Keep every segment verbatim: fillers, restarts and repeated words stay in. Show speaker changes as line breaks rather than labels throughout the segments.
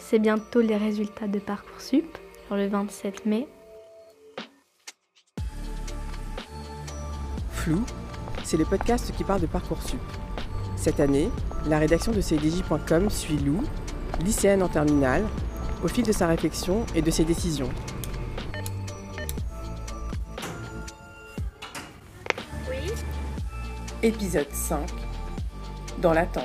C'est bientôt les résultats de Parcoursup, sur le vingt-sept mai.
Flou, c'est le podcast qui parle de Parcoursup. Cette année, la rédaction de C D J point com suit Lou, lycéenne en terminale, au fil de sa réflexion et de ses décisions.
Oui.
Épisode cinq, dans l'attente.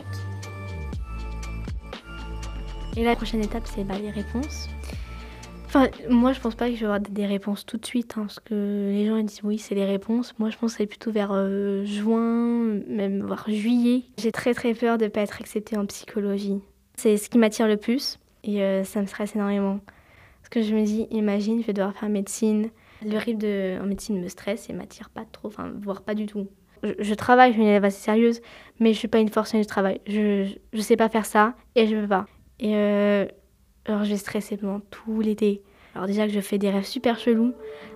Et la prochaine étape, c'est bah, les réponses. Enfin, moi, je pense pas que je vais avoir des réponses tout de suite, hein, parce que les gens ils disent oui, c'est les réponses. Moi, je pense que c'est plutôt vers euh, juin, même voire juillet. J'ai très très peur de ne pas être acceptée en psychologie. C'est ce qui m'attire le plus et euh, ça me stresse énormément. Parce que je me dis, imagine, je vais devoir faire médecine. Le rythme de, en médecine me stresse et m'attire pas trop, enfin, voire pas du tout. Je, je travaille, je suis une élève assez sérieuse, mais je suis pas une forcenée du travail. Je, je, je sais pas faire ça et je veux pas. Et euh, alors je vais stresser pendant tout l'été. Alors déjà que je fais des rêves super chelous.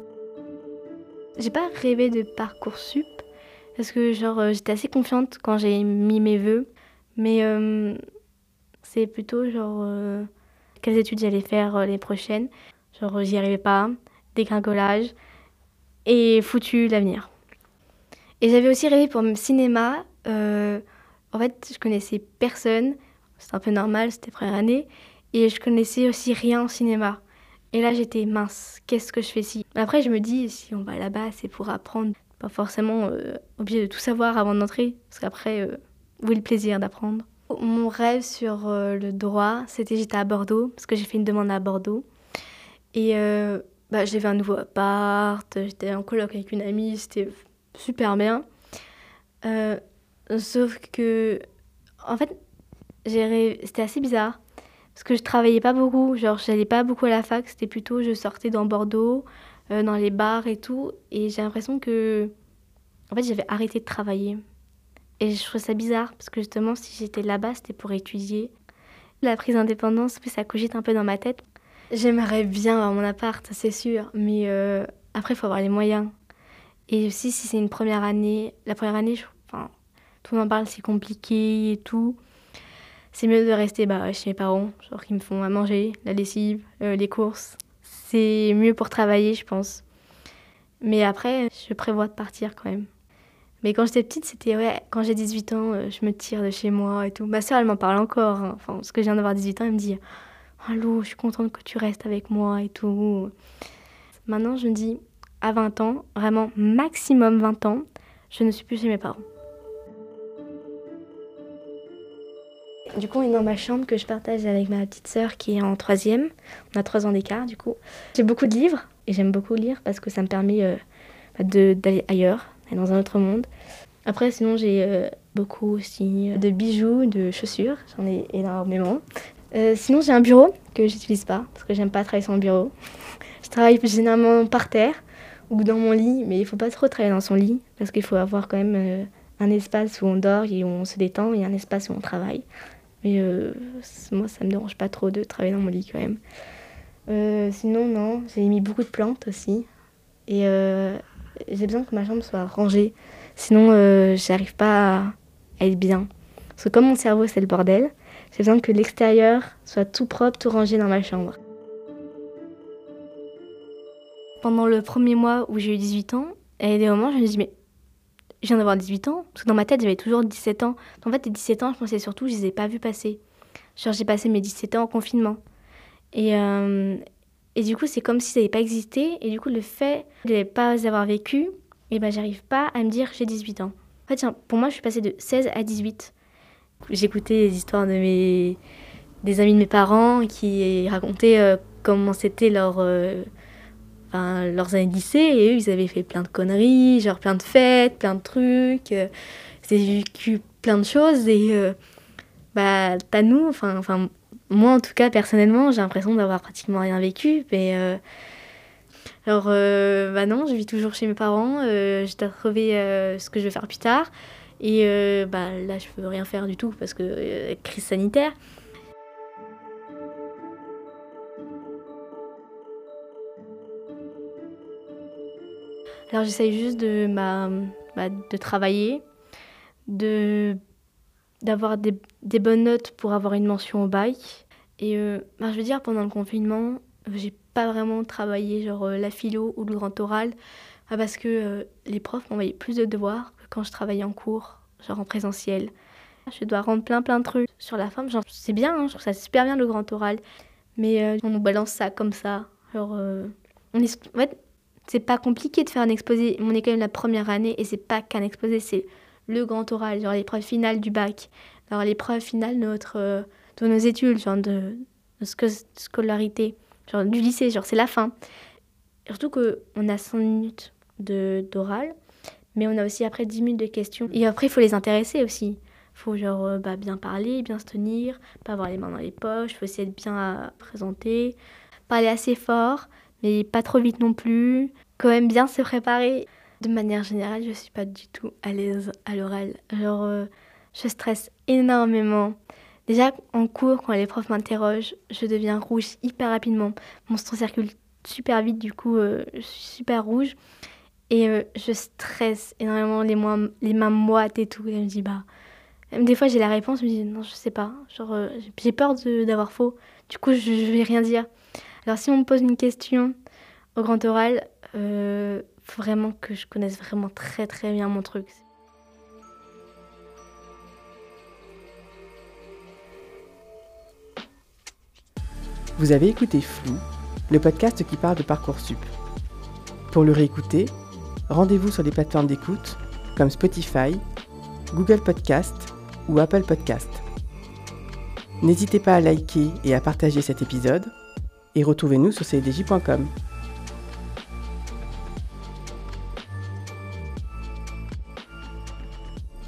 J'ai pas rêvé de Parcoursup parce que genre euh, j'étais assez confiante quand j'ai mis mes vœux. Mais euh, c'est plutôt genre euh, quelles études j'allais faire euh, les prochaines. Genre j'y arrivais pas, dégringolage et foutu l'avenir. Et j'avais aussi rêvé pour le cinéma. Euh, en fait je connaissais personne. C'était un peu normal, c'était première année. Et je connaissais aussi rien en cinéma. Et là, j'étais mince, qu'est-ce que je fais ici ? Après, je me dis, si on va là-bas, c'est pour apprendre. Pas forcément euh, obligé de tout savoir avant d'entrer. Parce qu'après, euh, où est le plaisir d'apprendre ? Mon rêve sur euh, le droit, c'était j'étais à Bordeaux. Parce que j'ai fait une demande à Bordeaux. Et euh, bah, j'avais un nouveau appart. J'étais en coloc avec une amie. C'était super bien. Euh, sauf que, en fait, j'ai rêvé... c'était assez bizarre. Parce que je travaillais pas beaucoup, genre j'allais pas beaucoup à la fac, c'était plutôt je sortais dans Bordeaux, euh, dans les bars et tout, et j'ai l'impression que, en fait, j'avais arrêté de travailler. Et je trouve ça bizarre, parce que justement, si j'étais là-bas, c'était pour étudier. La prise d'indépendance, ça cogite un peu dans ma tête. J'aimerais bien avoir mon appart, c'est sûr, mais euh, après, il faut avoir les moyens. Et aussi, si c'est une première année, la première année, je, enfin, tout le monde en parle, c'est compliqué et tout. C'est mieux de rester bah, chez mes parents, genre qui me font à manger, la lessive, euh, les courses. C'est mieux pour travailler, je pense. Mais après, je prévois de partir quand même. Mais quand j'étais petite, c'était ouais, quand j'ai dix-huit ans, euh, je me tire de chez moi et tout. Ma soeur, elle m'en parle encore. Hein. Enfin, parce que je viens d'avoir dix-huit ans, elle me dit « Allô, je suis contente que tu restes avec moi et tout. » Maintenant, je me dis, à vingt ans, vraiment maximum vingt ans, je ne suis plus chez mes parents. Du coup, on est dans ma chambre que je partage avec ma petite sœur qui est en troisième. On a trois ans d'écart, du coup. J'ai beaucoup de livres et j'aime beaucoup lire parce que ça me permet euh, de, d'aller ailleurs, d'aller dans un autre monde. Après, sinon, j'ai euh, beaucoup aussi de bijoux, de chaussures. J'en ai énormément. Euh, sinon, j'ai un bureau que j'utilise pas parce que j'aime pas travailler sur mon bureau. Je travaille généralement par terre ou dans mon lit, mais il faut pas trop travailler dans son lit parce qu'il faut avoir quand même euh, un espace où on dort et où on se détend et un espace où on travaille. Mais euh, moi, ça me dérange pas trop de travailler dans mon lit quand même. Euh, sinon, non, j'ai mis beaucoup de plantes aussi. Et euh, j'ai besoin que ma chambre soit rangée. Sinon, euh, j'arrive pas à, à être bien. Parce que comme mon cerveau, c'est le bordel, j'ai besoin que l'extérieur soit tout propre, tout rangé dans ma chambre. Pendant le premier mois où j'ai eu dix-huit ans, il y a des moments où je me dis, mais je viens d'avoir dix-huit ans, parce que dans ma tête, j'avais toujours dix-sept ans. En fait, les dix-sept ans, je pensais surtout, je les ai pas vus passer. Genre, j'ai passé mes dix-sept ans en confinement. Et, euh, et du coup, c'est comme si ça n'avait pas existé. Et du coup, le fait de ne pas les avoir vécu, eh ben, j'arrive pas à me dire j'ai dix-huit ans. En fait, tiens, pour moi, je suis passée de seize à dix-huit. J'écoutais les histoires de mes... des amis de mes parents qui racontaient euh, comment c'était leur... Euh, Enfin, leurs années de lycée, et eux, ils avaient fait plein de conneries, genre plein de fêtes, plein de trucs, euh, ils avaient vécu plein de choses, et euh, bah, t'as nous, enfin, enfin, moi en tout cas, personnellement, j'ai l'impression d'avoir pratiquement rien vécu, mais euh, alors, euh, bah non, je vis toujours chez mes parents, euh, je dois trouver euh, ce que je vais faire plus tard, et euh, bah là, je peux rien faire du tout, parce que euh, crise sanitaire. Alors j'essaye juste de, bah, bah, de travailler, de, d'avoir des, des bonnes notes pour avoir une mention au bac Et euh, ben, je veux dire, pendant le confinement, j'ai pas vraiment travaillé genre euh, la philo ou le grand oral ah, parce que euh, les profs m'envoyaient plus de devoirs que quand je travaillais en cours, genre en présentiel. Je dois rendre plein plein de trucs sur la forme, genre c'est bien, hein, je trouve ça super bien le grand oral, mais euh, on nous balance ça comme ça. Genre, euh, on est, en fait, c'est pas compliqué de faire un exposé. On est quand même la première année et c'est pas qu'un exposé, c'est le grand oral, genre l'épreuve finale du bac, alors l'épreuve finale de notre euh, de nos études, genre de, de sco- scolarité, genre du lycée, genre c'est la fin. Surtout qu'on a cinq minutes de, d'oral, mais on a aussi après dix minutes de questions. Et après, il faut les intéresser aussi. Il faut genre euh, bah, bien parler, bien se tenir, pas avoir les mains dans les poches, il faut essayer de bien euh, présenter, parler assez fort, mais pas trop vite non plus, quand même bien se préparer. De manière générale, je suis pas du tout à l'aise à l'oral. Genre, euh, je stresse énormément. Déjà, en cours, quand les profs m'interrogent, je deviens rouge hyper rapidement. Mon sang circule super vite, du coup, euh, je suis super rouge. Et euh, je stresse énormément, les, mains, les mains moites et tout. Et je me dis, bah... Même des fois, j'ai la réponse, je me dis, non, je sais pas. Genre, euh, j'ai peur de, d'avoir faux. Du coup, je, je vais rien dire. Alors, si on me pose une question au grand oral, euh, faut vraiment que je connaisse vraiment très très bien mon truc.
Vous avez écouté Flou, le podcast qui parle de Parcoursup. Pour le réécouter, rendez-vous sur les plateformes d'écoute comme Spotify, Google Podcast ou Apple Podcast. N'hésitez pas à liker et à partager cet épisode et retrouvez-nous sur c d j point com.